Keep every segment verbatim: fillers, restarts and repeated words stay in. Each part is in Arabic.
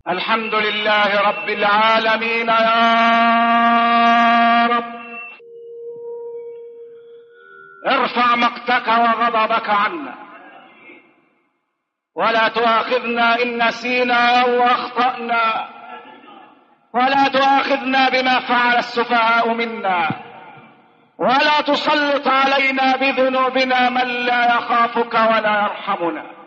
الحمد لله رب العالمين يا رب. ارفع مقتك وغضبك عنا، ولا تؤاخذنا إن نسينا أو أخطأنا، ولا تؤاخذنا بما فعل السفهاء منا، ولا تسلط علينا بذنوبنا من لا يخافك ولا يرحمنا.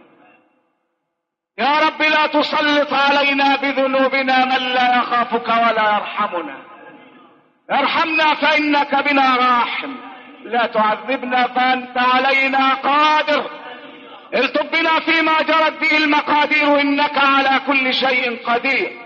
يا رب لا تسلط علينا بذنوبنا من لا يخافك ولا يرحمنا. ارحمنا فإنك بنا راحم، لا تعذبنا فأنت علينا قادر. التب بنا فيما جرت به المقادير، إنك على كل شيء قدير.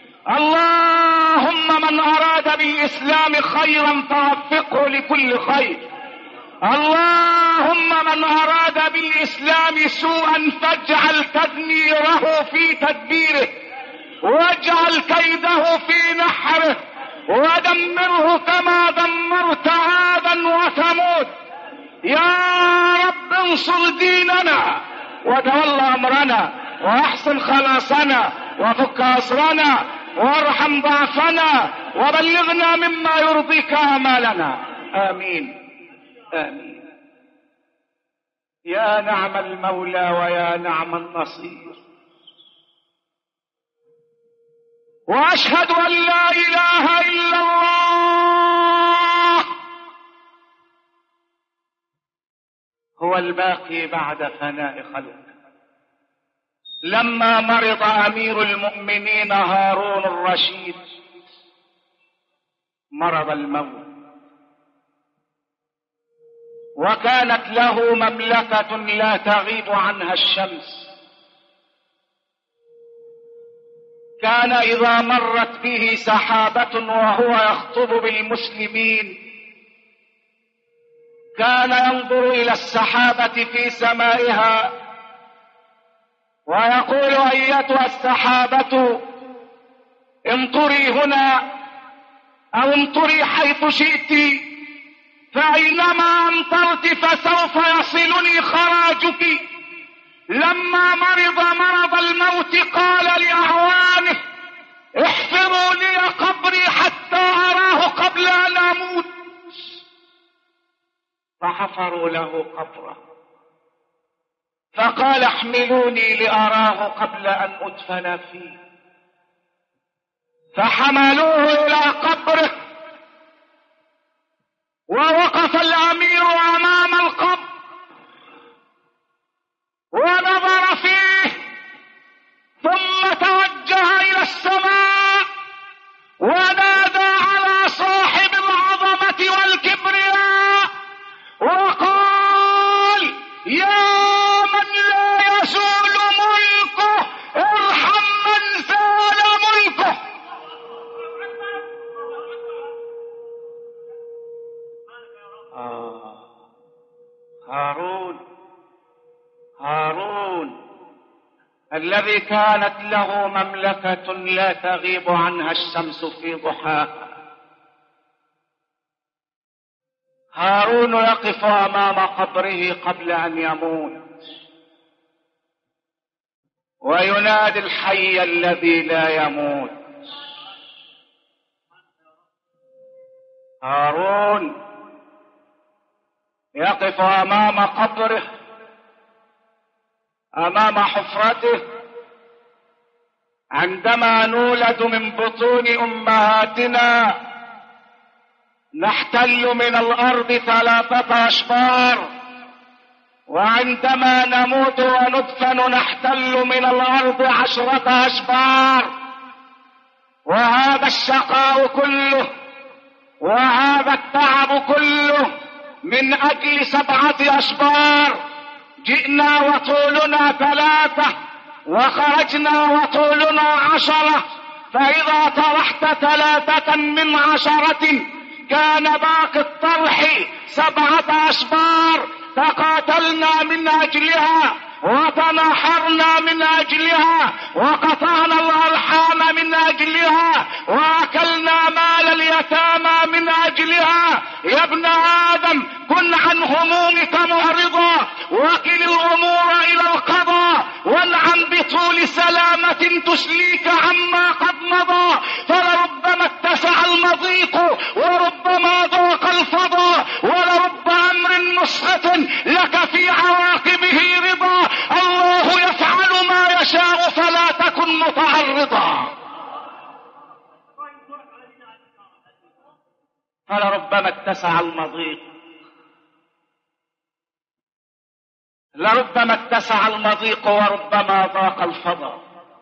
اللهم من أراد بالإسلام خيرا فوفقه لكل خير. اللهم من أراد بالإسلام سوءا فاجعل تدميره في تدبيره، واجعل كيده في نحره، ودمره كما دمرت عادا وثمود. يا رب انصر ديننا وتول أمرنا، وأحسن خلاصنا، وفك أسرنا، وارحم ضعفنا، وبلغنا مما يرضيك آمالنا. آمين آمين. يا نعم المولى ويا نعم النصير. وأشهد أن لا إله إلا الله هو الباقي بعد فناء خلقه. لما مرض أمير المؤمنين هارون الرشيد مرض الموت، وكانت له مملكة لا تغيب عنها الشمس. كان إذا مرت به سحابة وهو يخطب بالمسلمين كان ينظر إلى السحابة في سمائها ويقول: أيتها السحابة امطري هنا أو امطري حيث شئت، فأينما أمطرت فسوف يصلني خراجك. لما مرض مرض الموت قال لأعوانه: احفروا لي قبري حتى أراه قبل أن أموت. فحفروا له قبره، فقال: احملوني لأراه قبل أن أدفن فيه. فحملوه إلى قبره، ووقف الأمير أمام القبر ونظر فيه، ثم توجه إلى السماء ونادى على صاحب العظمة والكبرياء وقال: يا من لا يزول ملكه ارحم من زال ملكه. آه. هارون هارون الذي كانت له مملكة لا تغيب عنها الشمس في ضحاها. هارون يقف أمام قبره قبل أن يموت وينادي الحي الذي لا يموت. هارون يقف أمام قبره، أمام حفرته. عندما نولد من بطون أمهاتنا نحتل من الأرض ثلاثة أشبار، وعندما نموت وندفن نحتل من الأرض عشرة أشبار. وهذا الشقاء كله وهذا التعب كله من أجل سبعة أشبار. جئنا وطولنا ثلاثة وخرجنا وطولنا عشرة، فإذا طرحت ثلاثة من عشرة كان باقي الطرح سبعة أشبار. تقاتلنا من أجلها وتناحرنا من أجلها وقطعنا الأرحام من أجلها وأكلنا مال اليتامى من أجلها. يا ابن آدم كن عن همومك معرضا، وكل الأمور إلى القضاء، وانعم بطول سلامة تسليك فلربما اتسع المضيق، لربما اتسع المضيق وربما ضاق الفضاء،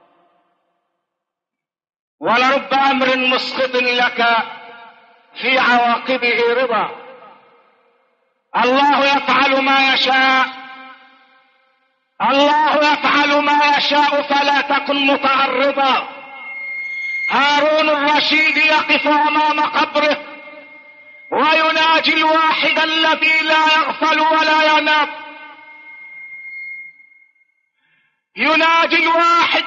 ولرب أمر مسقط لك في عواقبه رضا. الله يفعل ما يشاء، الله يفعل ما يشاء فلا تكن متعرضا. هارون الرشيد يقف أمام قبره ويناجي الواحد الذي لا يغفل ولا ينام، يناجي الواحد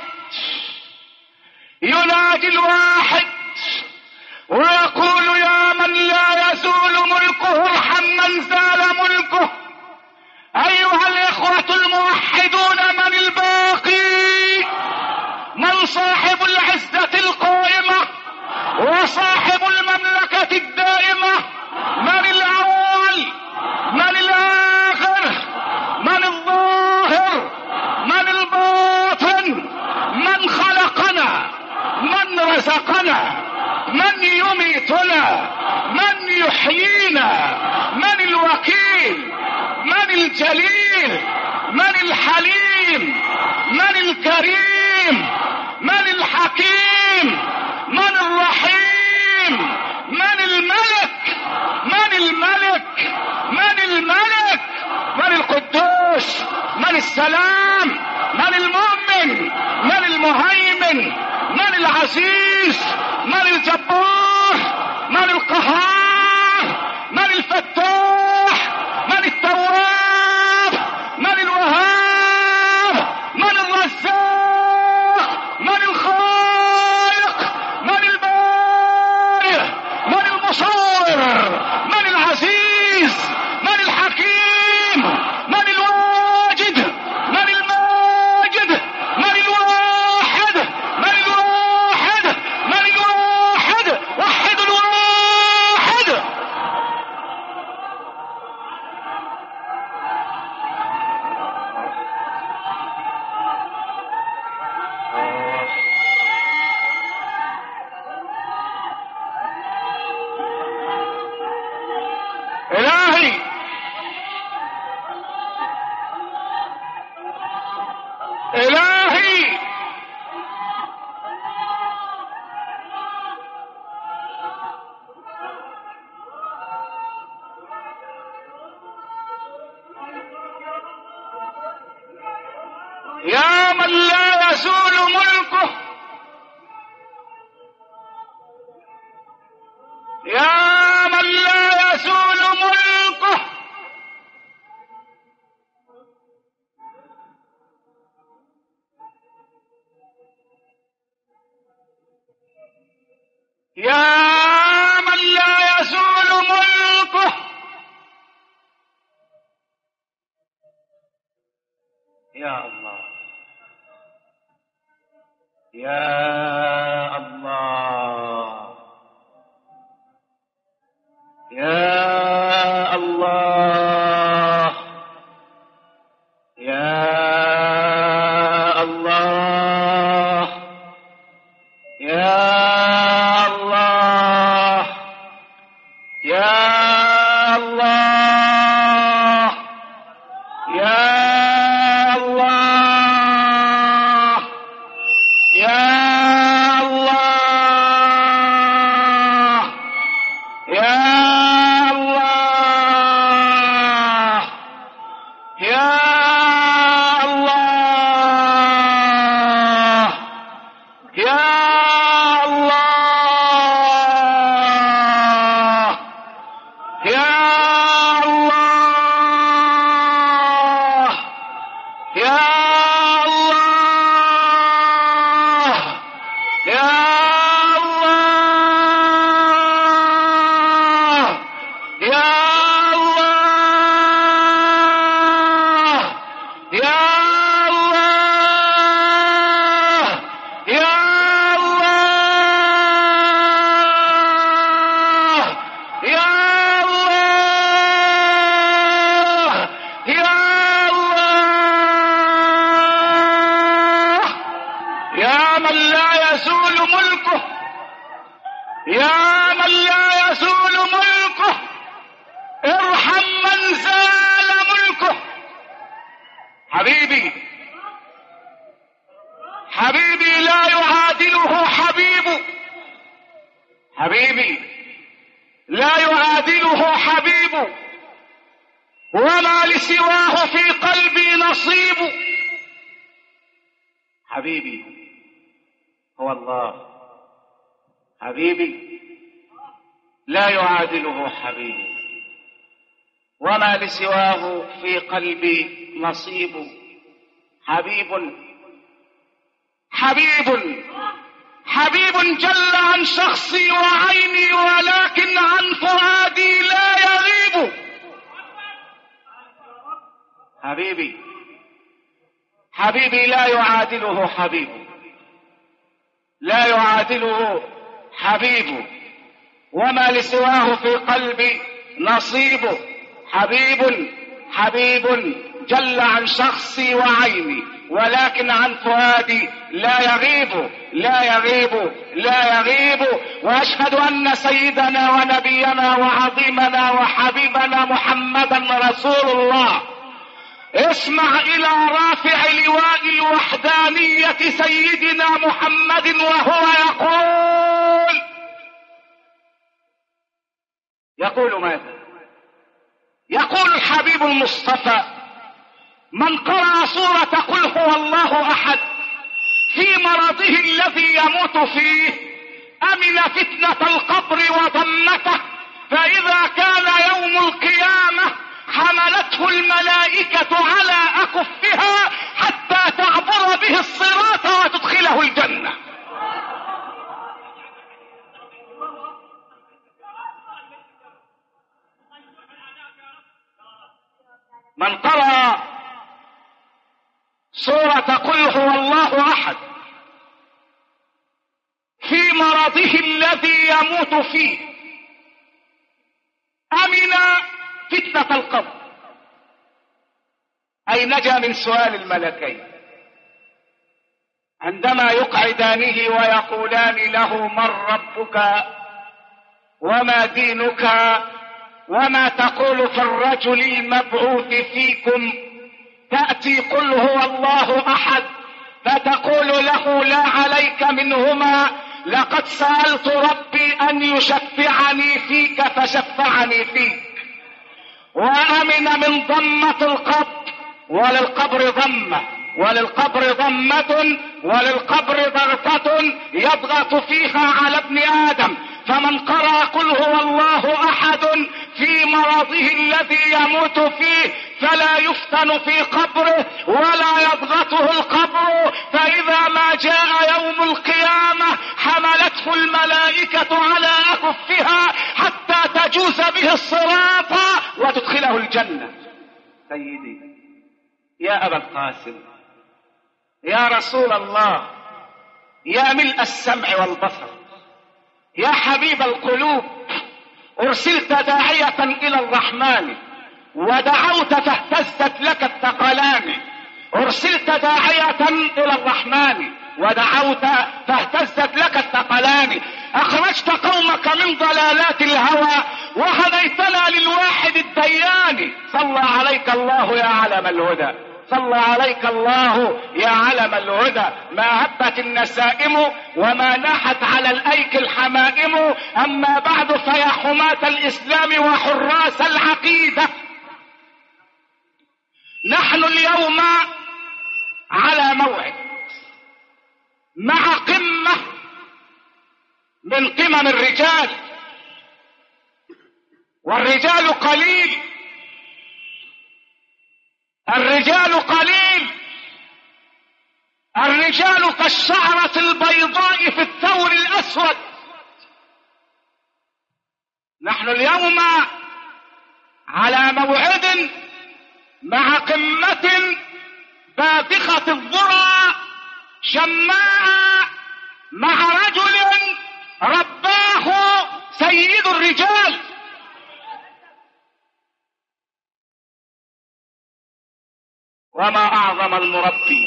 يناجي الواحد ويقول يا من لا يزول ملكه ارحم من زال ملكه. أيها الإخوة الموحدون، من الباقي؟ من صاحب العزة القائمة وصاحب المملكة الدائمة؟ من الأول؟ من الآخر؟ من الظاهر؟ من الباطن؟ من خلقنا؟ من رزقنا؟ من يميتنا؟ من يحيينا؟ من الوكيل؟ من الجليل؟ من الحليم؟ من الكريم؟ من الحكيم؟ من الرحيم؟ من الملك؟ من الملك؟ من الملك؟ من القدوس؟ من السلام؟ من المؤمن؟ من المهيمن؟ من العزيز؟ من الجبار؟ من القهار؟ من الفتاح؟ من التواب؟ من الوهاب؟ من الرزاق؟ من الخالق؟ من البارئ؟ من المصور؟ من العزيز؟ من الحكيم؟ من الواجد؟ من الماجد؟ من الواحد؟ من الواحد؟ من الواحد؟ وحد الواحد. إلهي إلهي يا من لا يزول ملكه، يا من لا يزول ملكه، يا من لا يزول ملكه. يا الله يا الله يا الله يا الله يا الله يا الله يا الله يا الله يا الله يا الله يا الله يا الله يا الله يا الله يا الله يا الله يا الله يا الله يا الله يا من لا يزول ملكه، يا من لا يزول ملكه ارحم من زال ملكه. حبيبي حبيبي لا يعادله حبيب، حبيبي لا يعادله حبيب، وما لسواه في قلبي نصيب. حبيبي هو الله، حبيبي لا يعادله حبيب، وما لسواه في قلبي نصيب. حبيب حبيب حبيب جل عن شخصي وعيني، ولكن عن فؤادي لا يغيب. حبيبي حبيبي لا يعادله حبيب، لا يعادله حبيب، وما لسواه في قلبي نصيب. حبيب حبيب جل عن شخصي وعيني، ولكن عن فؤادي لا يغيب لا يغيب لا يغيب. واشهد ان سيدنا ونبينا وعظيمنا وحبيبنا محمدا رسول الله. اسمع الى رافع لواء الوحدانية سيدنا محمد وهو يقول يقول ماذا؟ يقول الحبيب المصطفى: من قرأ سورة قل هو الله احد في مرضه الذي يموت فيه امن فتنة القبر وضمته، فاذا كان يوم القيامة حملته الملائكة على اكفها حتى تعبر به الصراط وتدخله الجنة. من قرأ سورة قل هو الله احد في مرضه الذي يموت فيه امن فتنة القبر، اي نجا من سؤال الملكين عندما يقعدانه ويقولان له: من ربك وما دينك وما تقول في الرجل المبعوث فيكم؟ تأتي قل هو الله احد فتقول له: لا عليك منهما، لقد سألت ربي ان يشفعني فيك فشفعني فيك. وامن من ضمة القبر، وللقبر ضمة وللقبر ضمة وللقبر ضغطة يضغط فيها على ابن آدم. فمن قرأ قل هو الله احد في مرضه الذي يموت فيه فلا يفتن في قبره ولا يضغطه القبر، فاذا ما جاء يوم القيامة حملته الملائكة على اكفها حتى تجوز به الصراط وتدخله الجنة. سيدي يا ابا القاسم، يا رسول الله، يا ملء السمع والبصر، يا حبيب القلوب، ارسلت داعية الى الرحمن ودعوت فاهتزت لك الثقلان. ارسلت داعية الى الرحمن ودعوت فاهتزت لك الثقلان. اخرجت قومك من ضلالات الهوى وهديتنا للواحد الديان. صلى عليك الله يا علم الهدى، صلى عليك الله يا علم الهدى. ما هبت النسائم وما ناحت على الايك الحمائم، اما بعد فيا حماة الاسلام وحراس العقيدة، نحن اليوم على موعد مع قمة من قمم الرجال، والرجال قليل، الرجال قليل، الرجال كالشعرة البيضاء في الثور الاسود. نحن اليوم على موعد مع قمة باذخة الذرى شماء مع رجل رباه سيد الرجال. وما اعظم المربي،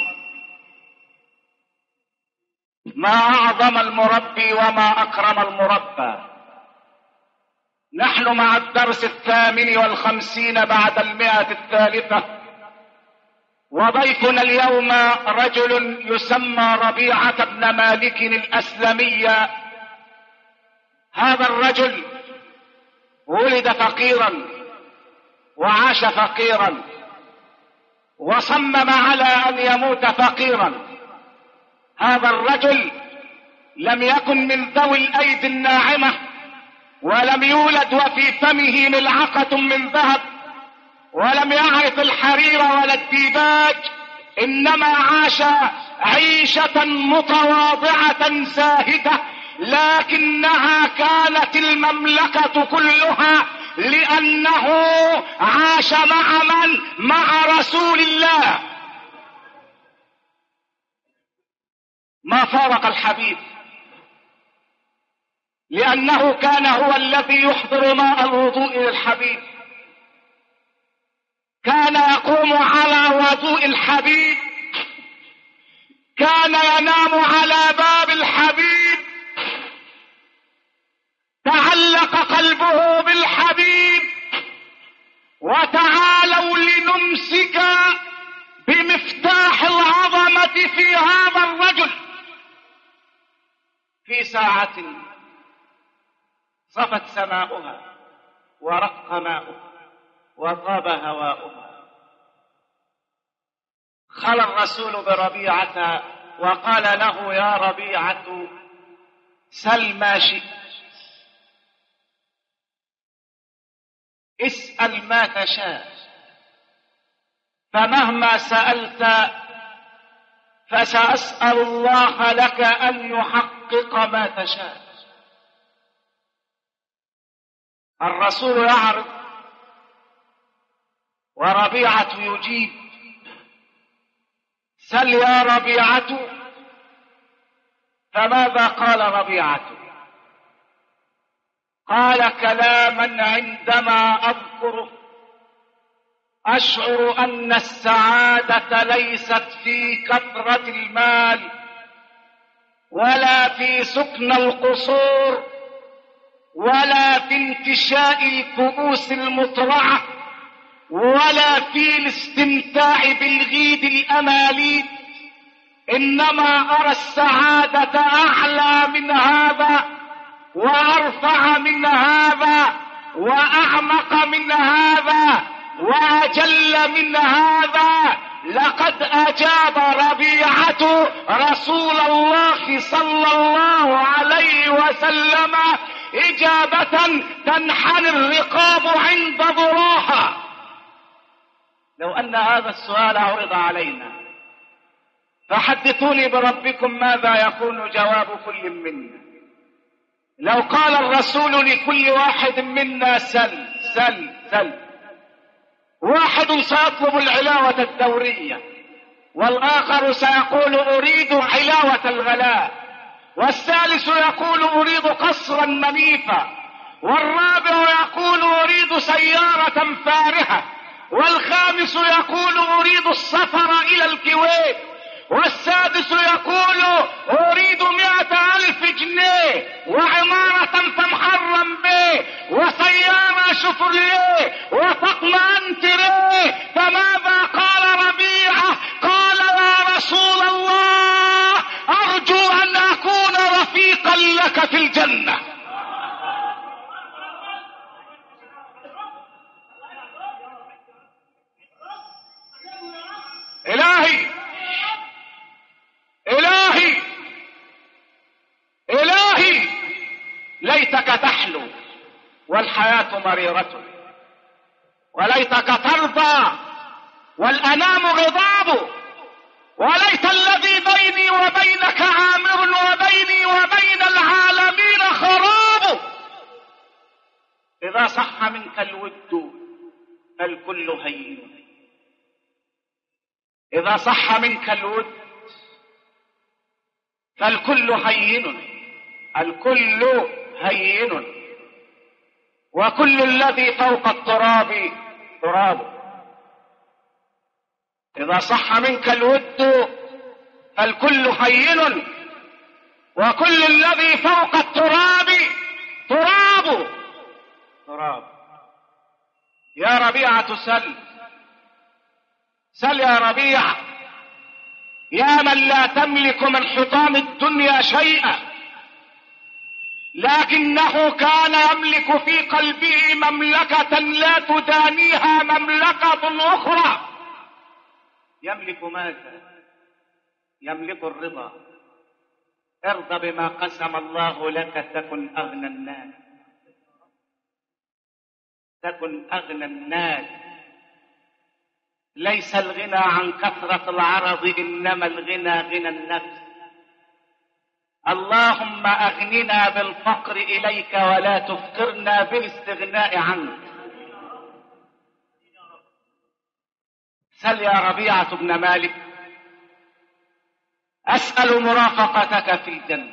ما اعظم المربي وما اكرم المربى. نحن مع الدرس الثامن والخمسين بعد المئة الثالثة، وضيفنا اليوم رجل يسمى ربيعة بن مالك الأسلمي. هذا الرجل ولد فقيرا وعاش فقيرا وصمم على أن يموت فقيرا. هذا الرجل لم يكن من ذوي الأيدي الناعمة، ولم يولد وفي فمه ملعقة من ذهب، ولم يعرف الحرير ولا الديباج، إنما عاش عيشة متواضعة زاهدة، لكنها كانت المملكة كلها، لأنه عاش مع من؟ مع رسول الله. ما فارق الحبيب، لأنه كان هو الذي يحضر ماء الوضوء للحبيب، كان يقوم على وضوء الحبيب، كان ينام على باب الحبيب، تعلق قلبه بالحبيب. وتعالوا لنمسك بمفتاح العظمة في هذا الرجل. في ساعة صفت سماؤها ورق ماؤها وطاب هواؤها، خلى الرسول بربيعة وقال له: يا ربيعة سل ما شئت، اسأل ما تشاء، فمهما سألت فسأسأل الله لك أن يحقق ما تشاء. الرسول يعرض وربيعة يجيب: سل يا ربيعة. فماذا قال ربيعة؟ قال كلاما عندما أذكره أشعر أن السعادة ليست في كثرة المال، ولا في سكن القصور، ولا في انتشاء الكؤوس المطرعة، ولا في الاستمتاع بالغيد الأماليد، إنما أرى السعادة أعلى من هذا وأرفع من هذا وأعمق من هذا وأجل من هذا. لقد أجاب ربيعة رسول الله صلى الله عليه وسلم إجابة تنحني الرقاب عند ذراها. لو أن هذا السؤال عرض علينا فحدثوني بربكم ماذا يكون جواب كل منا. لو قال الرسول لكل واحد منا: سل سل سل، واحد سيطلب العلاوة الدورية، والآخر سيقول أريد علاوة الغلاء، والثالث يقول أريد قصرا منيفا، والرابع يقول أريد سيارة فارهة، والخامس يقول أريد السفر إلى الكويت، والسادس يقول أريد مئة ألف جنيه وعمارة تمحرم به وسيارة شفرليه وطقم أنتريه. فماذا قال ربيعة؟ قال: يا رسول الله أرجو أن أكون رفيقا لك في الجنة. إلهي إلهي إلهي ليتك تحلو والحياة مريرة، وليتك ترضى والأنام غضاب، وليت الذي بيني وبينك عامر وبيني وبين العالمين خراب. إذا صح منك الود فالكل هين، إذا صح منك الود فالكل هين، الكل هين، وكل الذي فوق التراب تراب. إذا صح منك الود فالكل هين، وكل الذي فوق التراب تراب. يا ربيعة سل سل يا ربيعة، يا من لا تملك من حطام الدنيا شيئا، لكنه كان يملك في قلبه مملكة لا تدانيها مملكة أخرى. يملك ماذا؟ يملك الرضا. ارضى بما قسم الله لك تكن أغنى الناس، تكن أغنى الناس. ليس الغنى عن كثرة العرض، إنما الغنى غنى النفس. اللهم أغننا بالفقر إليك ولا تفقرنا بالاستغناء عنك. سل يا ربيعة بن مالك، أسأل مرافقتك في الجنة.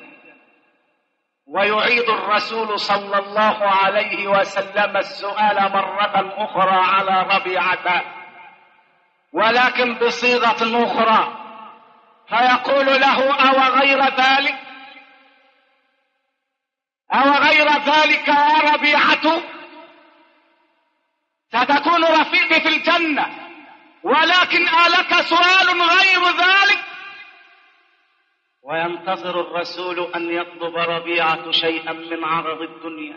ويعيد الرسول صلى الله عليه وسلم السؤال مرة أخرى على ربيعة، ولكن بصيغة أخرى، فيقول له: أو غير ذلك، أو غير ذلك يا ربيعة، ستكون رفيقي في الجنة، ولكن ألك سؤال غير ذلك؟ وينتظر الرسول أن يطلب ربيعة شيئا من عرض الدنيا.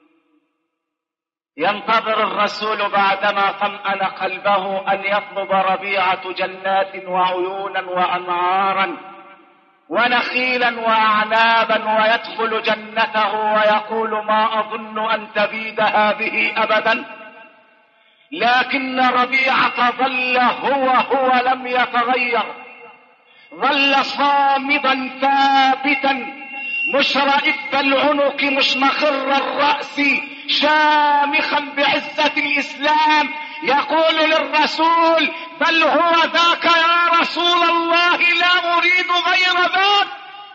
ينتظر الرسول بعدما طمأن قلبه أن يطلب ربيعة جنات وعيونا وأنهارا ونخيلا وأعنابا، ويدخل جنته ويقول: ما أظن أن تبيد هذه أبدا. لكن ربيعة ظل هو هو لم يتغير، ظل صامدا ثابتا مشرئب العنق مشمخر الرأس شامخا بعزة الإسلام، يقول للرسول: بل هو ذاك يا رسول الله، لا أريد غير ذاك.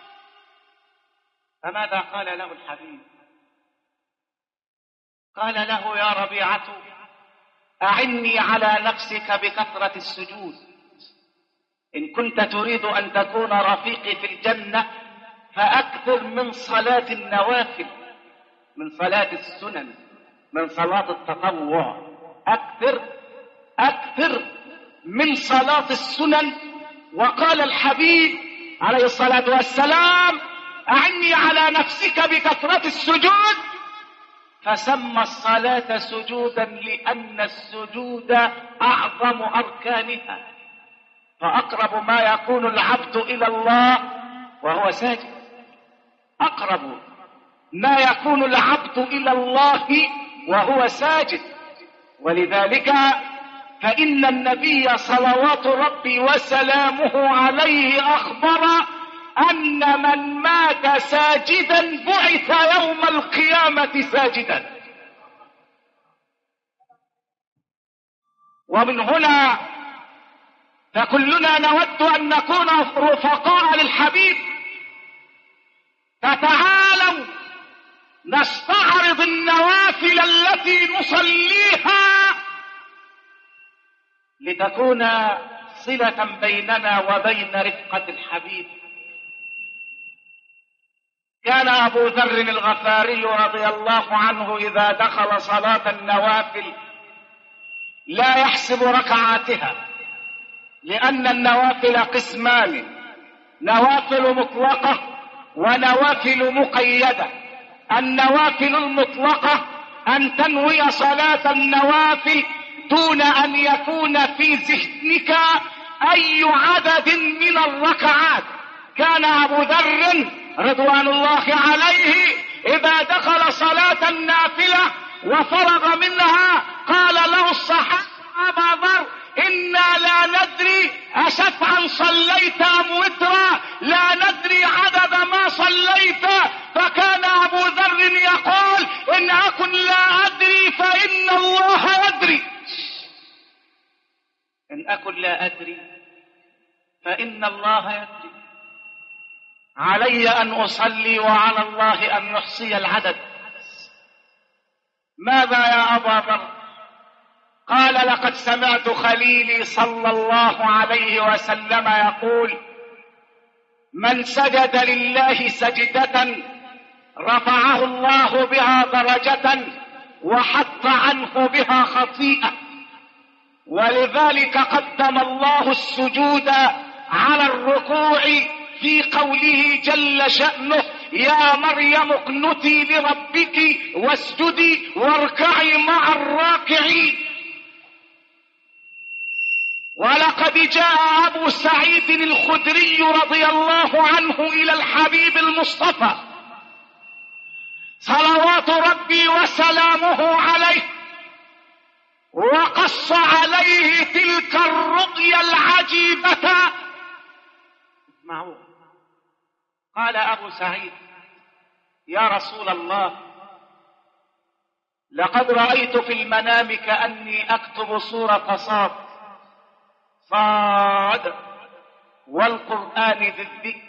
فماذا قال له الحبيب؟ قال له: يا ربيعة، أعني على نفسك بكثرة السجود. إن كنت تريد أن تكون رفيقي في الجنة فأكثر من صلاة النوافل، من صلاة السنن، من صلاة التطوع. أكثر أكثر من صلاة السنن. وقال الحبيب عليه الصلاة والسلام: أعني على نفسك بكثرة السجود. فسمى الصلاة سجودا لأن السجود أعظم أركانها، فأقرب ما يكون العبد إلى الله وهو ساجد، أقرب ما يكون العبد إلى الله وهو ساجد. ولذلك فإن النبي صلوات ربي وسلامه عليه أخبر أن من مات ساجدا بعث يوم القيامة ساجدا. ومن هنا فكلنا نود أن نكون رفقاء للحبيب. فتعالوا نستعرض النوافل التي نصليها لتكون صلة بيننا وبين رفقة الحبيب. كان أبو ذر الغفاري رضي الله عنه إذا دخل صلاة النوافل لا يحسب ركعاتها، لأن النوافل قسمان: نوافل مطلقة ونوافل مقيدة. النوافل المطلقة أن تنوي صلاة النوافل دون أن يكون في ذهنك أي عدد من الركعات. كان أبو ذر رضوان الله عليه إذا دخل صلاة النافلة وفرغ منها قال له الصحابة: أبا ذر، إنا لا ندري أشفعا صليت أم وترا، لا ندري عدد ما صليت. فكان أبو ذر يقول: إن أكن لا أدري فإن الله يدري. إن أكن لا أدري فإن الله يدري. علي أن أصلي وعلى الله أن يحصي العدد. ماذا يا أبا ذر؟ قال: لقد سمعت خليلي صلى الله عليه وسلم يقول: من سجد لله سجدة رفعه الله بها درجة وحط عنه بها خطيئة، ولذلك قدم الله السجود على الركوع في قوله جل شأنه: يا مريم اقنتي لربك واسجدي واركعي مع الراكعين. ولقد جاء أبو سعيد الخدري رضي الله عنه إلى الحبيب المصطفى صلوات ربي وسلامه عليه، وقص عليه تلك الرؤيا العجيبة. اسمعوا، قال أبو سعيد: يا رسول الله، لقد رأيت في المنام كأني أكتب سورة صاد صاد والقرآن ذي الذكر،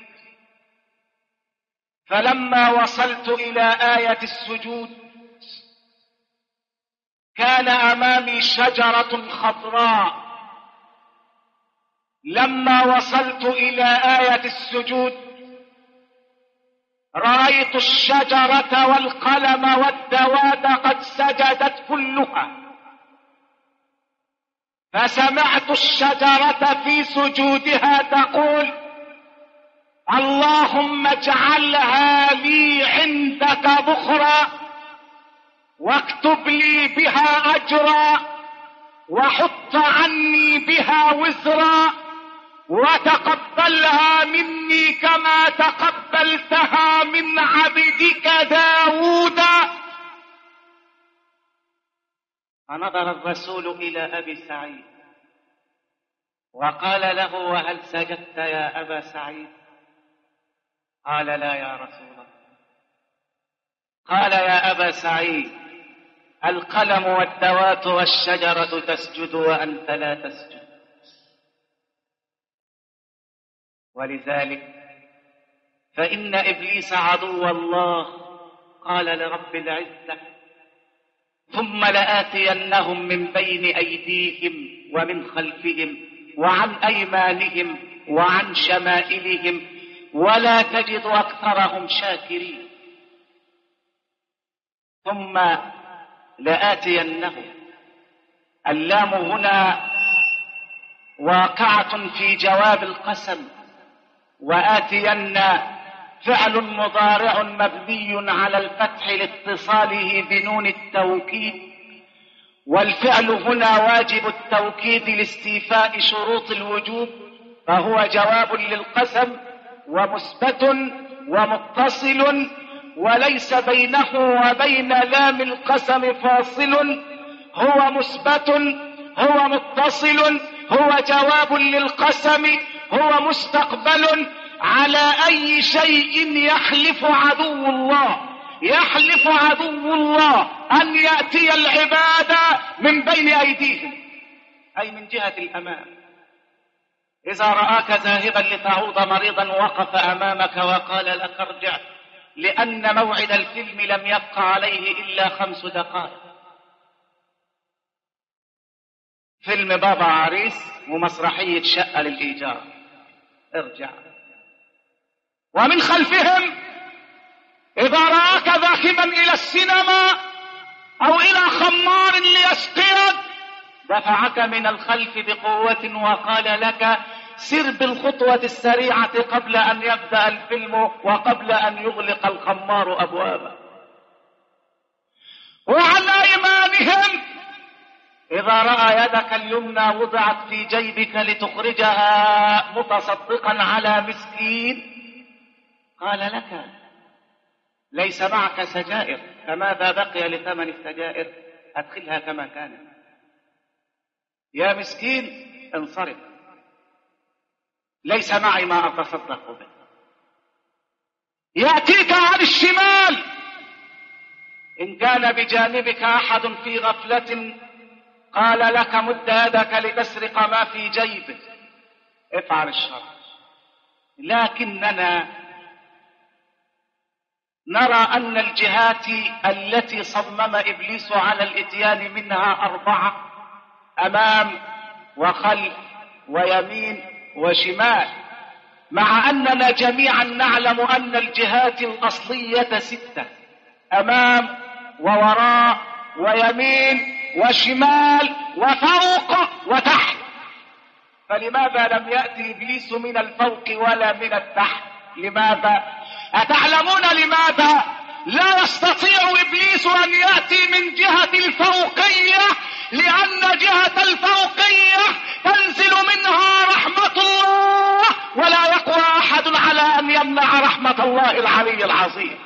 فلما وصلت إلى آية السجود كان أمامي شجرة خضراء. لما وصلت إلى آية السجود رأيت الشجرة والقلم والدواد قد سجدت كلها، فسمعت الشجرة في سجودها تقول: اللهم اجعلها لي عندك ذخرا، واكتب لي بها أجرا، وحط عني بها وزرا، وتقبلها مني كما تقبلتها من عبدك داود. فنظر الرسول إلى أبي سعيد وقال له: وهل سجدت يا أبا سعيد؟ قال: لا يا رسول الله. قال: يا أبا سعيد، القلم والدوات والشجرة تسجد وأنت لا تسجد. ولذلك فإن إبليس عدو الله قال لرب العزة: ثم لآتينهم من بين أيديهم ومن خلفهم وعن أيمانهم وعن شمائلهم ولا تجد أكثرهم شاكرين. ثم لآتينهم، اللام هنا واقعة في جواب القسم، وآتين فعل مضارع مبني على الفتح لاتصاله بنون التوكيد، والفعل هنا واجب التوكيد لاستيفاء شروط الوجوب، فهو جواب للقسم ومثبت ومتصل، وليس بينه وبين لام القسم فاصل، هو مثبت، هو متصل، هو جواب للقسم، هو مستقبل على أي شيء يحلف عدو الله. يحلف عدو الله أن يأتي العباد من بين أيديهم، أي من جهة الأمام. إذا رآك ذاهبا لتعوض مريضا وقف أمامك وقال لك ارجع، لأن موعد الفيلم لم يبقى عليه إلا خمس دقائق. فيلم بابا عريس ومسرحية شقة للإيجار، ارجع. ومن خلفهم إذا رآك ذاهبا إلى السينما أو إلى خمار ليسقيك دفعك من الخلف بقوة وقال لك سر بالخطوة السريعة قبل أن يبدأ الفيلم وقبل أن يغلق الخمار أبوابه. وعن أيمانهم إذا رأى يدك اليمنى وضعت في جيبك لتخرجها متصدقا على مسكين قال لك ليس معك سجائر، فماذا بقي لثمن السجائر؟ أدخلها كما كانت. يا مسكين انصرف، ليس معي ما أتصدق به. يأتيك عن الشمال إن كان بجانبك أحد في غفلة قال لك مد يدك لتسرق ما في جيبك، افعل الشر. لكننا نرى أن الجهات التي صمم إبليس على الإتيان منها أربعة: أمام وخلف ويمين وشمال، مع أننا جميعا نعلم أن الجهات الأصلية ستة: أمام ووراء ويمين وشمال وفوق وتحت. فلماذا لم يأتي إبليس من الفوق ولا من التحت؟ لماذا؟ أتعلمون لماذا؟ لا يستطيع إبليس أن يأتي من جهة الفوقية، لأن جهة الفوقية تنزل منها رحمة الله، ولا يقوى أحد على أن يمنع رحمة الله العلي العظيم.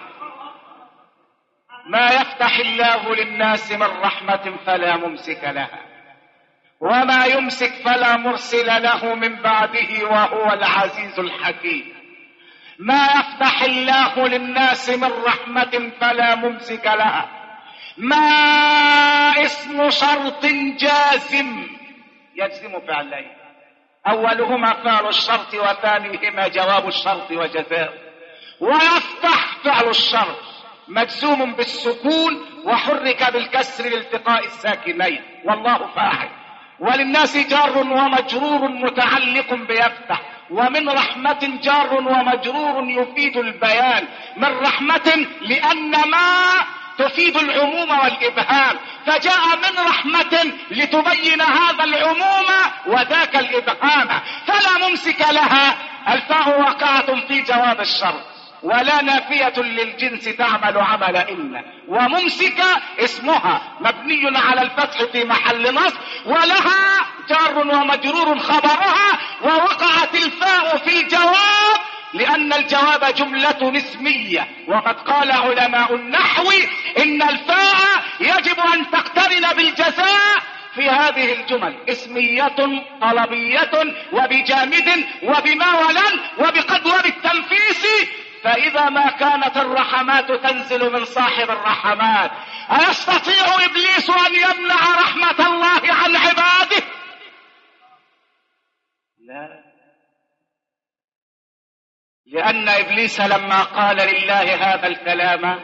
ما يفتح الله للناس من رحمة فلا ممسك لها، وما يمسك فلا مرسل له من بعده، وهو العزيز الحكيم. ما يفتح الله للناس من رحمة فلا ممسك لها، ما اسم شرط جازم يجزم فعلين، أولهما فعل الشرط وثانيهما جواب الشرط وجزاؤه. ويفتح فعل الشرط مجزوم بالسكون وحرك بالكسر لالتقاء الساكنين، والله فاعل. وللناس جار ومجرور متعلق بيفتح، ومن رحمة جار ومجرور يفيد البيان. من رحمة لأن ما تفيد العموم والإبهام، فجاء من رحمة لتبين هذا العموم وذاك الإبهام. فلا ممسك لها، الفاء واقعة في جواب الشرط، ولا نافية للجنس تعمل عمل إن. وممسك اسمها مبني على الفتح في محل نصب، ولها جار ومجرور خبرها، ووقعت الفاء في الجواب لأن الجواب جملة اسمية. وقد قال علماء النحو إن الفاء يجب أن تقترن بالجزاء في هذه الجمل، اسمية طلبية وبجامد وبما ولن وبقد وبالتنفيس. فإذا ما كانت الرحمات تنزل من صاحب الرحمات، أيستطيع إبليس أن يمنع رحمة الله عن عباده؟ لا، لأن إبليس لما قال لله هذا الكلام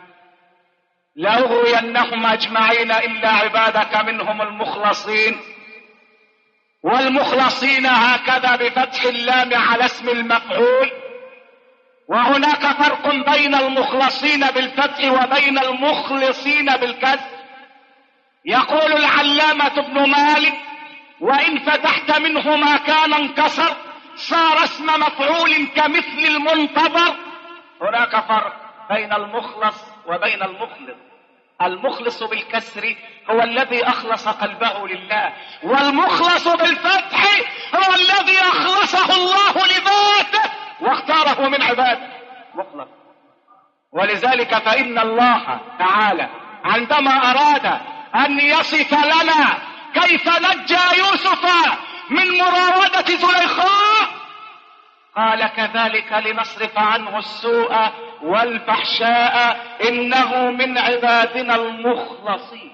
لأغوينهم أجمعين إلا عبادك منهم المخلصين، والمخلصين هكذا بفتح اللام على اسم المفعول. وهناك فرق بين المخلصين بالفتح وبين المخلصين بالكسر. يقول العلامة ابن مالك: وإن فتحت منه ما كان انكسر صار اسم مفعول كمثل المنتظر. هناك فرق بين المخلص وبين المخلص. المخلص بالكسر هو الذي أخلص قلبه لله، والمخلص بالفتح هو الذي أخلصه الله لذاته واختاره من عباده مخلص. ولذلك فإن الله تعالى عندما أراد أن يصف لنا كيف نجى يوسف من مراودة زليخاء قال: كذلك لنصرف عنه السوء والفحشاء إنه من عبادنا المخلصين.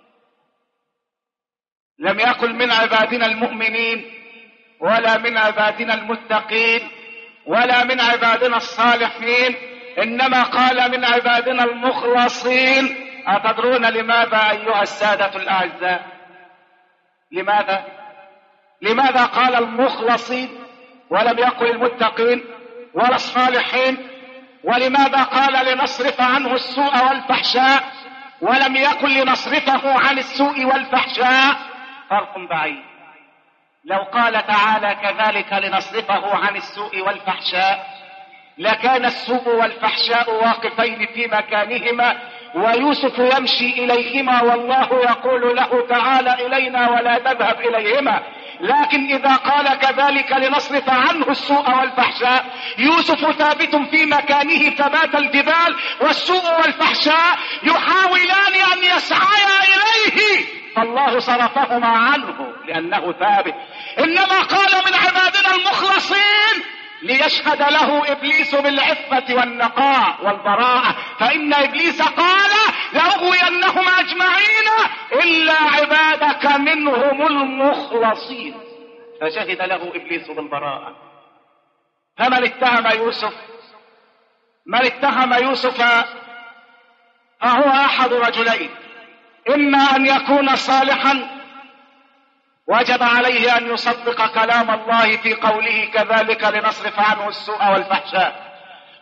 لم يقل من عبادنا المؤمنين، ولا من عبادنا المتقين، ولا من عبادنا الصالحين، إنما قال من عبادنا المخلصين. أتدرون لماذا أيها السادة الأعزاء؟ لماذا؟ لماذا قال المخلصين ولم يقل المتقين ولا الصالحين؟ ولماذا قال لنصرف عنه السوء والفحشاء ولم يقل لنصرفه عن السوء والفحشاء؟ فرق بعيد. لو قال تعالى: كذلك لنصرفه عن السوء والفحشاء، لكان السوء والفحشاء واقفين في مكانهما ويوسف يمشي إليهما، والله يقول له: تعالى إلينا ولا تذهب إليهما. لكن إذا قال: كذلك لنصرف عنه السوء والفحشاء، يوسف ثابت في مكانه ثبات الجبال، والسوء والفحشاء يحاولان أن يسعيا إليه، فالله صرفهما عنه لأنه ثابت. إنما قال من عبادنا المخلصين ليشهد له إبليس بالعفة والنقاء والبراءة، فإن إبليس قال: لأغوينهم أجمعين إلا عبادك منهم المخلصين، فشهد له إبليس بالبراءة. فمن اتهم يوسف من اتهم يوسف فهو أحد رجلين: إما أن يكون صالحا وجب عليه أن يصدق كلام الله في قوله: كذلك لنصرف عنه السوء والفحشاء،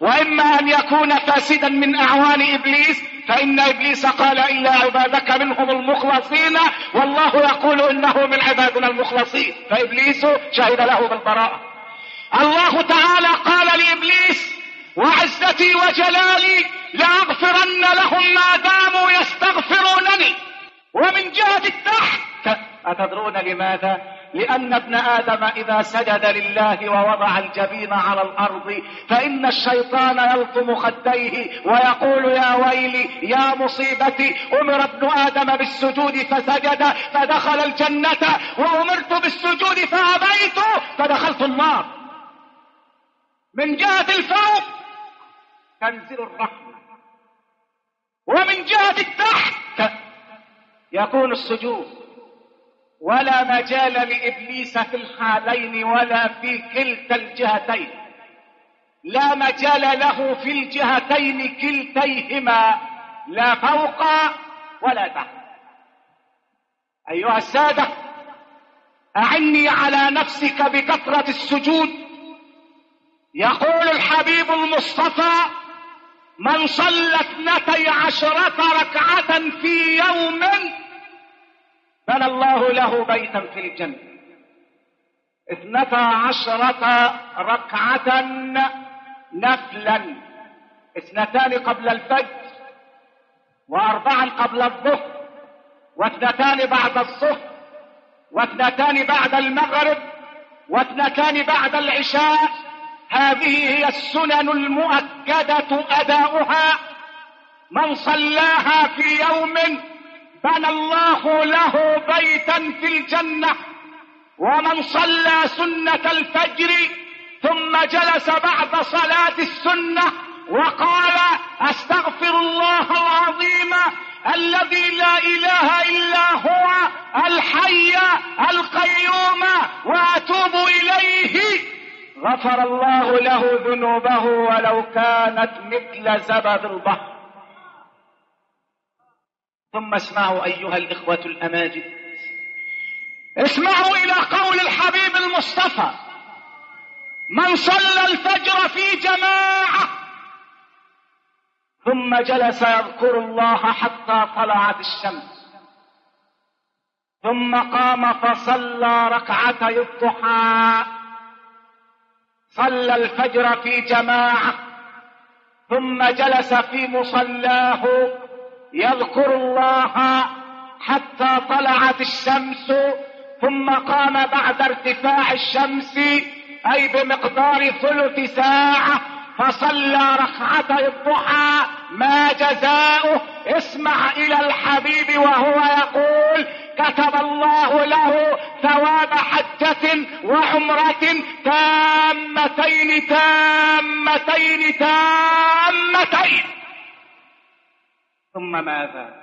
وإما أن يكون فاسدا من أعوان إبليس، فإن إبليس قال إلا عبادك منهم المخلصين، والله يقول إنه من عبادنا المخلصين، فإبليس شهد له بالبراءة. الله تعالى قال لإبليس: وعزتي وجلالي لأغفرن لهم ما داموا يستغفرونني. ومن جهة التحت، أتدرون لماذا؟ لأن ابن آدم إذا سجد لله ووضع الجبين على الأرض فإن الشيطان يلطم خديه ويقول: يا ويلي يا مصيبتي، أمر ابن آدم بالسجود فسجد فدخل الجنة، وأمرت بالسجود فأبيت فدخلت النار. من جهة الفوق تنزل الرحمة، ومن جهة التحت يكون السجود. ولا مجال لإبليس في الحالين ولا في كلتا الجهتين، لا مجال له في الجهتين كلتيهما، لا فوق ولا تحت. أيها السادة، أعني على نفسك بكثرة السجود. يقول الحبيب المصطفى: من صلى اثنتي عشرة ركعة في يوم بنى الله له بيتا في الجنة. اثنتا عشرة ركعة نفلا، اثنتان قبل الفجر، واربعا قبل الظهر، واثنتان بعد الظهر، واثنتان بعد المغرب، واثنتان بعد العشاء. هذه هي السنن المؤكدة أداؤها. من صلاها في يوم بنى الله له بيتا في الجنة. ومن صلى سنة الفجر ثم جلس بعد صلاة السنة وقال: أستغفر الله العظيم الذي لا إله إلا هو الحي القيوم وأتوب إليه، غفر الله له ذنوبه ولو كانت مثل زبد البحر. ثم اسمعوا أيها الإخوة الأماجد، اسمعوا إلى قول الحبيب المصطفى: من صلى الفجر في جماعة ثم جلس يذكر الله حتى طلعت الشمس، ثم قام فصلى ركعتي الضحى، صلى الفجر في جماعة ثم جلس في مصلاه يذكر الله حتى طلعت الشمس، ثم قام بعد ارتفاع الشمس أي بمقدار ثلث ساعة فصلى ركعتي الضحى، ما جزاؤه؟ اسمع إلى الحبيب وهو يقول: كتب الله له ثواب حجة وعمرة تامتين تامتين تامتين. ثم ماذا؟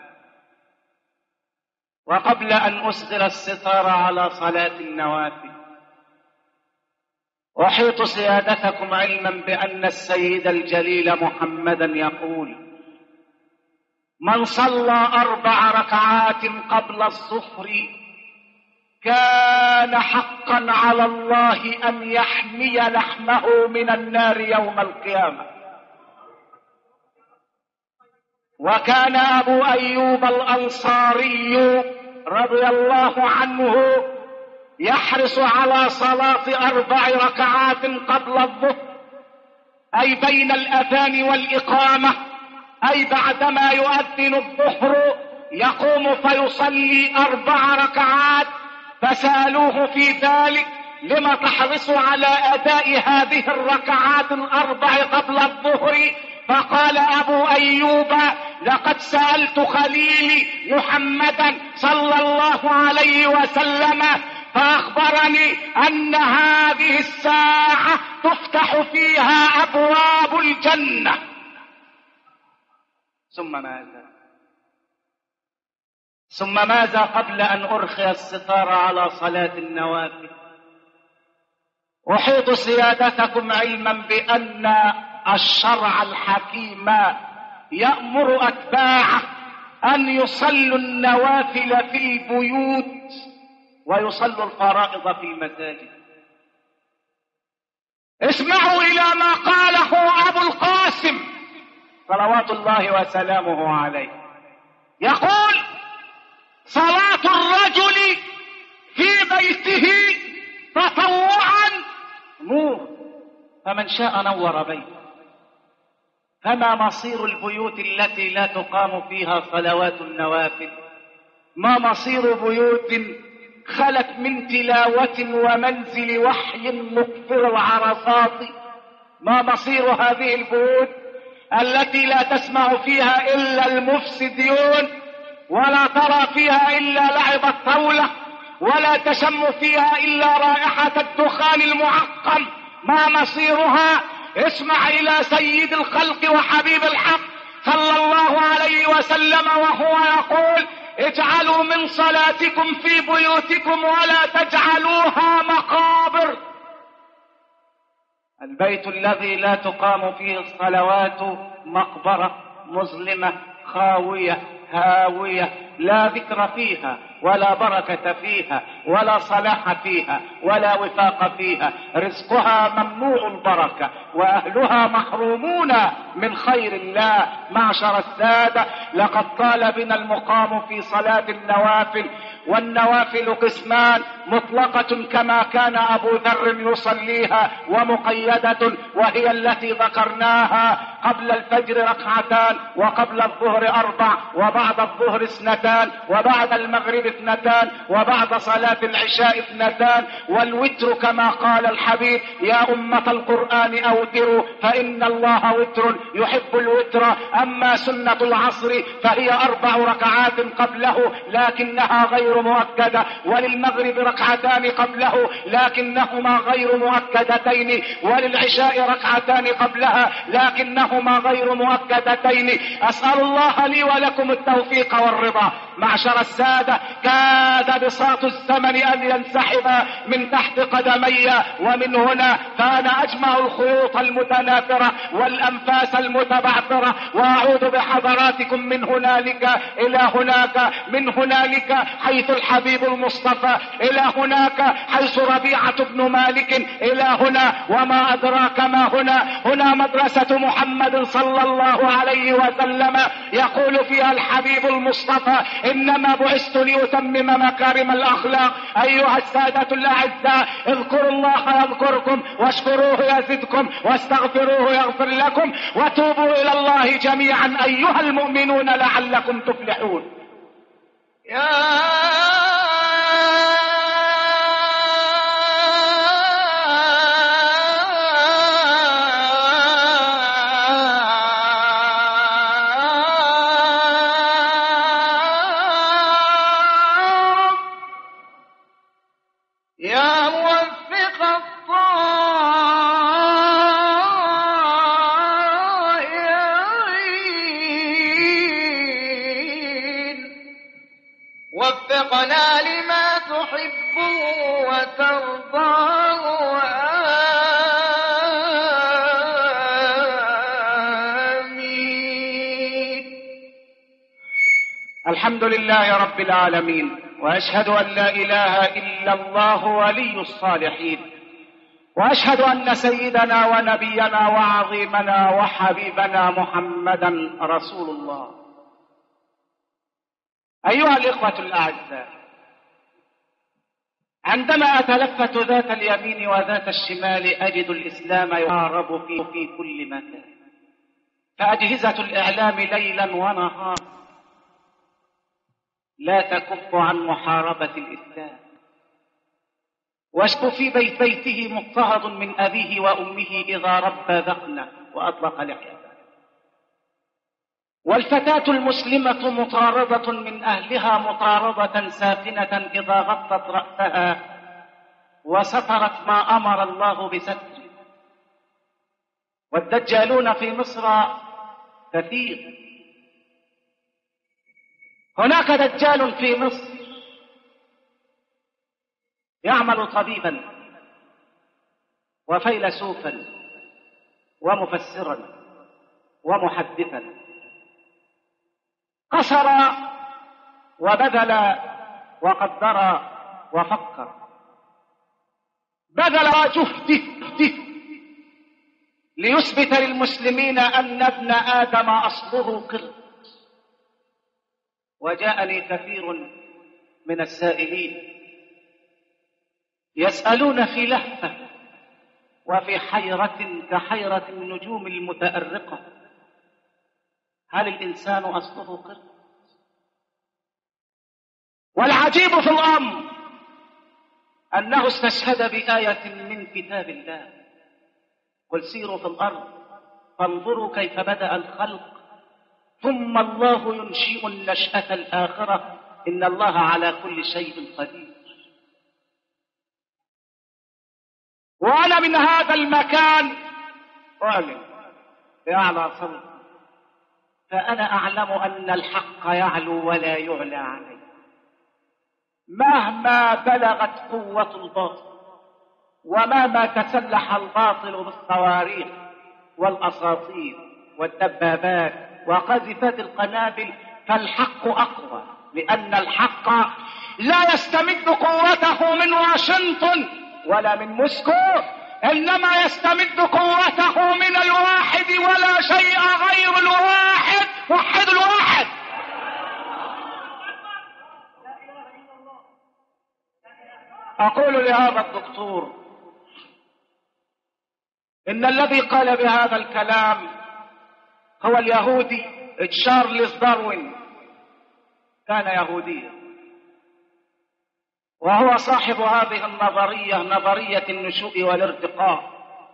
وقبل أن أسدل الستار على صلاة النوافل، أحيط سيادتكم علما بأن السيد الجليل محمدا يقول: من صلى أربع ركعات قبل الظهر كان حقا على الله أن يحمي لحمه من النار يوم القيامة. وكان أبو أيوب الأنصاري رضي الله عنه يحرص على صلاة أربع ركعات قبل الظهر، أي بين الأذان والإقامة، أي بعدما يؤذن الظهر يقوم فيصلي أربع ركعات. فسألوه في ذلك: لما تحرص على أداء هذه الركعات الأربع قبل الظهر؟ فقال أبو أيوب: لقد سألت خليلي محمدا صلى الله عليه وسلم فأخبرني أن هذه الساعة تفتح فيها أبواب الجنة. ثم ماذا؟ ثم ماذا قبل أن أرخي الستار على صلاة النوافل؟ أحيط سيادتكم علما بأن الشرع الحكيم يأمر أتباعه أن يصلوا النوافل في البيوت ويصلوا الفرائض في المساجد. اسمعوا إلى ما قاله أبو القاسم صلوات الله وسلامه عليه، يقول: صلاة الرجل في بيته تطوعا نور، فمن شاء نور بيته. فما مصير البيوت التي لا تقام فيها صلوات النوافل؟ ما مصير بيوت خلت من تلاوة ومنزل وحي مكفر العرصات؟ ما مصير هذه البيوت التي لا تسمع فيها إلا المفسدون، ولا ترى فيها إلا لعب الطاولة، ولا تشم فيها إلا رائحة الدخان المعقم؟ ما مصيرها؟ اسمع إلى سيد الخلق وحبيب الحق صلى الله عليه وسلم وهو يقول: اجعلوا من صلاتكم في بيوتكم ولا تجعلوها مقابر. البيت الذي لا تقام فيه الصلوات مقبرة مظلمة خاوية هاوية، لا ذكر فيها ولا بركة فيها ولا صلاح فيها ولا وفاق فيها، رزقها ممنوع البركة وأهلها محرومون من خير الله. معشر السادة، لقد طال بنا المقام في صلاة النوافل، والنوافل قسمان: مطلقة كما كان أبو ذر يصليها، ومقيدة وهي التي ذكرناها: قبل الفجر ركعتان، وقبل الظهر أربع، وبعد الظهر اثنتان، وبعد المغرب اثنتان، وبعد صلاة العشاء اثنتان. والوتر كما قال الحبيب: يا أمة القرآن أوتروا فإن الله وتر يحب الوتر. أما سنة العصر فهي أربع ركعات قبله لكنها غير مؤكدة، وللمغرب ركعتان قبله لكنهما غير مؤكدتين، وللعشاء ركعتان قبلها لكنهما غير مؤكدتين. أسأل الله لي ولكم التوفيق والرضا. معشر السادة، كاد بساط الزمن أن ينسحب من تحت قدمي، ومن هنا فأنا أجمع الخيوط المتناثرة والأنفاس المتبعثرة، وأعود بحضراتكم من هنالك إلى هناك، من هنالك حيث الحبيب المصطفى، إلى هناك حيث ربيعة بن مالك، إلى هنا وما أدراك ما هنا. هنا مدرسة محمد صلى الله عليه وسلم، يقول فيها الحبيب المصطفى: إنما بعثت لأتمم مكارم الأخلاق. أيها السادة الأعزاء، اذكروا الله يذكركم، واشكروه يزدكم، واستغفروه يغفر لكم، وتوبوا إلى الله جميعا أيها المؤمنون لعلكم تفلحون. يا يا موفق الطائعين، وفقنا لما تحب وترضاه، آمين. الحمد لله رب العالمين، وأشهد أن لا إله إلا الله ولي الصالحين، وأشهد أن سيدنا ونبينا وعظيمنا وحبيبنا محمدا رسول الله. أيها الإخوة الأعزاء، عندما أتلفت ذات اليمين وذات الشمال أجد الإسلام يحارب في, في كل مكان، فأجهزة الإعلام ليلا ونهارا لا تكف عن محاربة الإسلام. واشك في بيت بيته مضطهد من أبيه وأمه إذا ربى ذقنه وأطلق لحيته، والفتاة المسلمة مطاردة من أهلها مطاردة ساخنة إذا غطت رأسها وسترت ما أمر الله بستره. والدجالون في مصر كثير. هناك دجال في مصر يعمل طبيبا وفيلسوفا ومفسرا ومحدثا، قصر وبذل وقدر وفكر، بذل جهده ليثبت للمسلمين أن ابن آدم أصله قرد. وجاءني كثير من السائلين يسألون في لهفة وفي حيرة كحيرة النجوم المتأرقة: هل الإنسان أصله قرد؟ والعجيب في الأمر أنه استشهد بآية من كتاب الله: قل سيروا في الأرض فانظروا كيف بدأ الخلق ثم الله ينشئ النشأة الآخرة إن الله على كل شيء قدير. وأنا من هذا المكان أعلن بأعلى صوت، فأنا أعلم أن الحق يعلو ولا يعلى عليه مهما بلغت قوة الباطل، ومهما تسلح الباطل بالصواريخ والأساطير والدبابات وقذفات القنابل، فالحق أقوى، لأن الحق لا يستمد قوته من واشنطن ولا من موسكو، إنما يستمد قوته من الواحد ولا شيء غير الواحد. وحد الواحد. أقول لهذا الدكتور إن الذي قال بهذا الكلام هو اليهودي تشارلز داروين، كان يهوديا، وهو صاحب هذه النظرية، نظرية النشوء والارتقاء.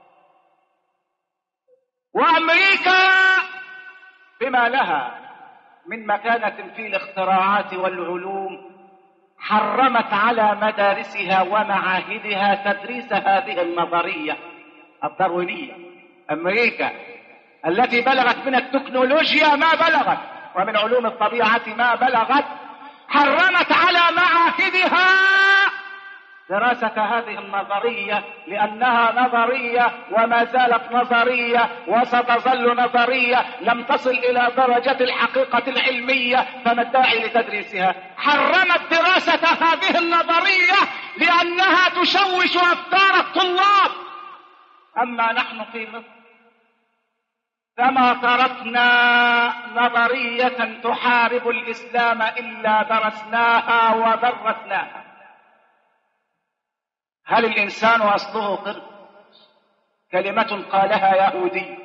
وأمريكا بما لها من مكانة في الاختراعات والعلوم حرمت على مدارسها ومعاهدها تدريس هذه النظرية الداروينية. أمريكا التي بلغت من التكنولوجيا ما بلغت ومن علوم الطبيعة ما بلغت، حرمت على معاهدها دراسة هذه النظرية، لأنها نظرية وما زالت نظرية وستظل نظرية، لم تصل إلى درجة الحقيقة العلمية، فما الداعي لتدريسها؟ حرمت دراسة هذه النظرية لأنها تشوش أفكار الطلاب. أما نحن في مصر فما تركنا نظرية تحارب الإسلام إلا درسناها ودرسناها. هل الإنسان أصله قرد؟ كلمة قالها يهودي،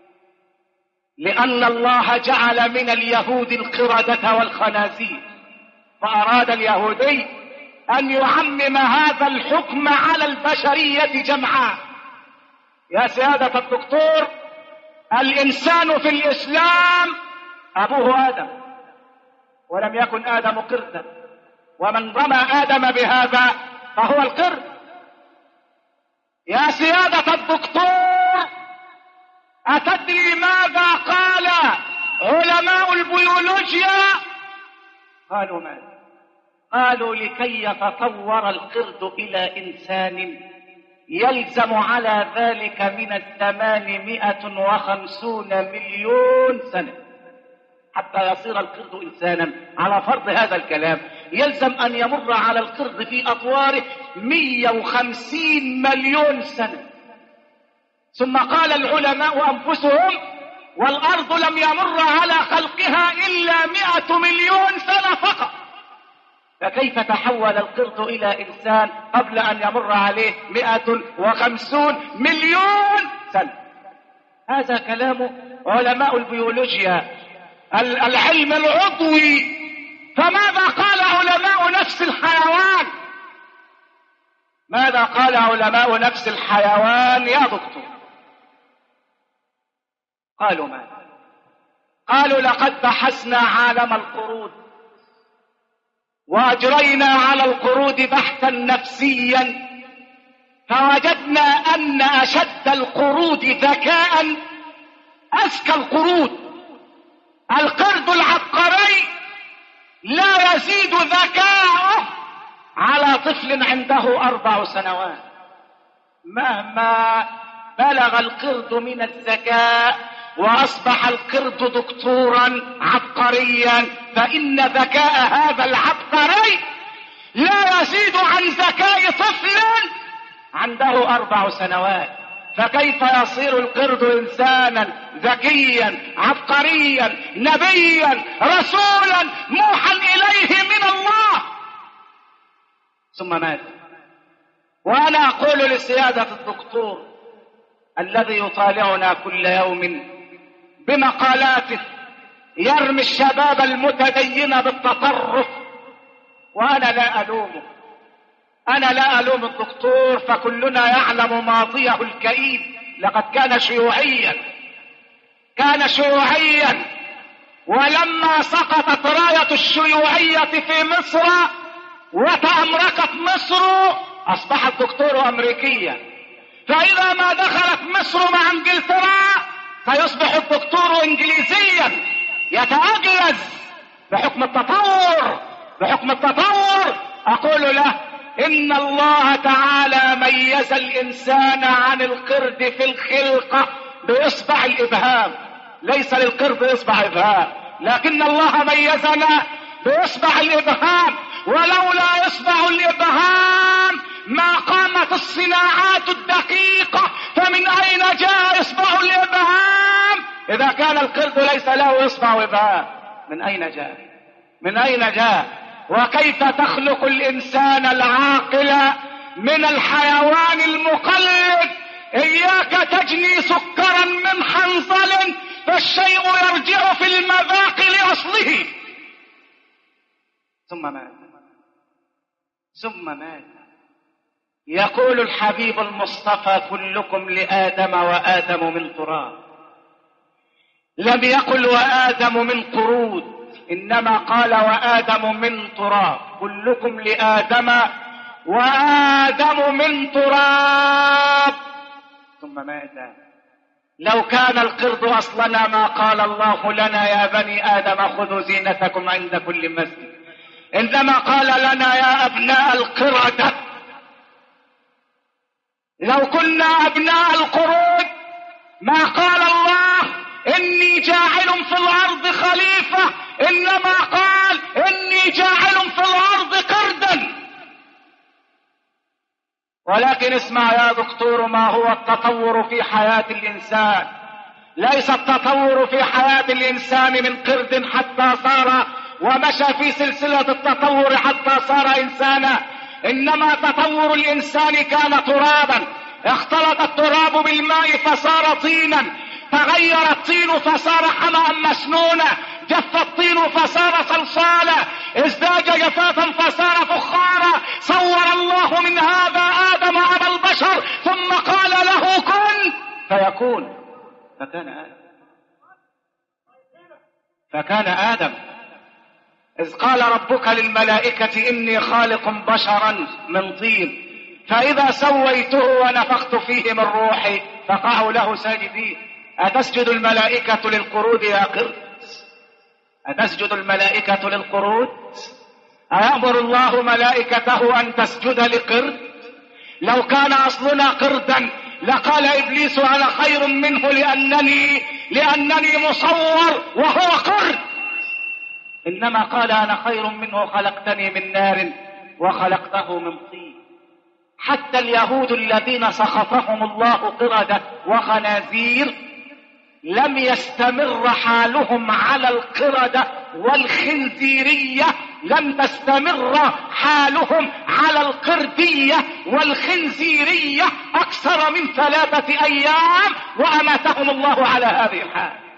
لأن الله جعل من اليهود القردة والخنازير، فأراد اليهودي أن يعمم هذا الحكم على البشرية جمعاء. يا سيادة الدكتور، الإنسان في الإسلام أبوه آدم، ولم يكن آدم قردا، ومن رمى آدم بهذا فهو القرد. يا سيادة الدكتور، أتدري ماذا قال علماء البيولوجيا؟ قالوا ماذا؟ قالوا لكي يتطور القرد إلى إنسان يلزم على ذلك من الثمانمائة وخمسون مليون سنة حتى يصير القرد إنسانا. على فرض هذا الكلام يلزم أن يمر على القرد في أطواره مئة وخمسين مليون سنة. ثم قال العلماء أنفسهم: والأرض لم يمر على خلقها إلا مئة مليون سنة فقط، فكيف تحول القرد إلى إنسان قبل أن يمر عليه مئة وخمسون مليون سنة؟ هذا كلام علماء البيولوجيا، العلم العضوي. فماذا قال علماء نفس الحيوان؟ ماذا قال علماء نفس الحيوان يا دكتور؟ قالوا ماذا؟ قالوا: لقد بحثنا عالم القرود وأجرينا على القرود بحثا نفسيا، فوجدنا أن أشد القرود ذكاء أذكى القرود القرد العبقري لا يزيد ذكاؤه على طفل عنده أربع سنوات. مهما بلغ القرد من الذكاء وأصبح القرد دكتورا عبقريا، فإن ذكاء هذا العبقري لا يزيد عن ذكاء طفل عنده أربع سنوات. فكيف يصير القرد انسانا ذكيا عبقريا نبيا رسولا موحى اليه من الله؟ ثم مات. وانا اقول لسيادة الدكتور الذي يطالعنا كل يوم بمقالاته يرمي الشباب المتدين بالتطرف، وانا لا الومه، انا لا الوم الدكتور، فكلنا يعلم ماضيه الكئيب. لقد كان شيوعيا، كان شيوعيا، ولما سقطت راية الشيوعية في مصر وتأمركت مصر اصبحت دكتور امريكية، فاذا ما دخلت مصر مع انجلترا فيصبح الدكتور انجليزيا يتأجلز بحكم التطور، بحكم التطور. اقول له ان الله تعالى ميز الانسان عن القرد في الخلقة باصبع الابهام، ليس للقرد اصبع ابهام، لكن الله ميزنا باصبع الابهام، ولولا اصبع الابهام ما قامت الصناعات الدقيقة، فمن اين جاء اصبع الابهام؟ اذا كان القرد ليس له اصبع ابهام من اين جاء؟ من اين جاء؟ وكيف تخلق الانسان العاقل من الحيوان المقلد؟ اياك تجني سكرا من حنظل فالشيء يرجع في المذاق لاصله. ثم مات، ثم مات. يقول الحبيب المصطفى كلكم لآدم وآدم من تراب، لم يقل وآدم من قرود، إنما قال وآدم من تراب. كلكم لآدم وآدم من تراب. ثم مات. لو كان القرد أصلنا ما قال الله لنا يا بني آدم خذوا زينتكم عند كل مسجد، إنما قال لنا يا أبناء القردة. لو كنا أبناء القرود ما قال الله إني جاعل في الأرض خليفة، إنما قال إني جاعل في الأرض قردا. ولكن اسمع يا دكتور، ما هو التطور في حياة الإنسان؟ ليس التطور في حياة الإنسان من قرد حتى صار ومشى في سلسلة التطور حتى صار إنسانا، إنما تطور الإنسان كان ترابا، اختلط التراب بالماء فصار طينا، تغير الطين فصار حمأ مسنونا، جف الطين فصار صلصالا، ازداج جفافا فصار فخارا. صور الله من هذا آدم أبا البشر ثم قال له كن فيكون، فكان آدم. فكان آدم إذ قال ربك للملائكة إني خالق بشرا من طين فإذا سويته ونفخت فيه من روحي فقعوا له ساجدين. أتسجد الملائكة للقرود يا قرد؟ أتسجد الملائكة للقرود؟ أيأمر الله ملائكته أن تسجد لقرد؟ لو كان أصلنا قردا لقال إبليس أنا خير منه لأنني لأنني مصور وهو قرد، إنما قال أنا خير منه خلقتني من نار وخلقته من طين. حتى اليهود الذين سخطهم الله قردة وخنازير لم يستمر حالهم على القردة والخنزيرية، لم تستمر حالهم على القردية والخنزيرية أكثر من ثلاثة أيام وأماتهم الله على هذه الحال.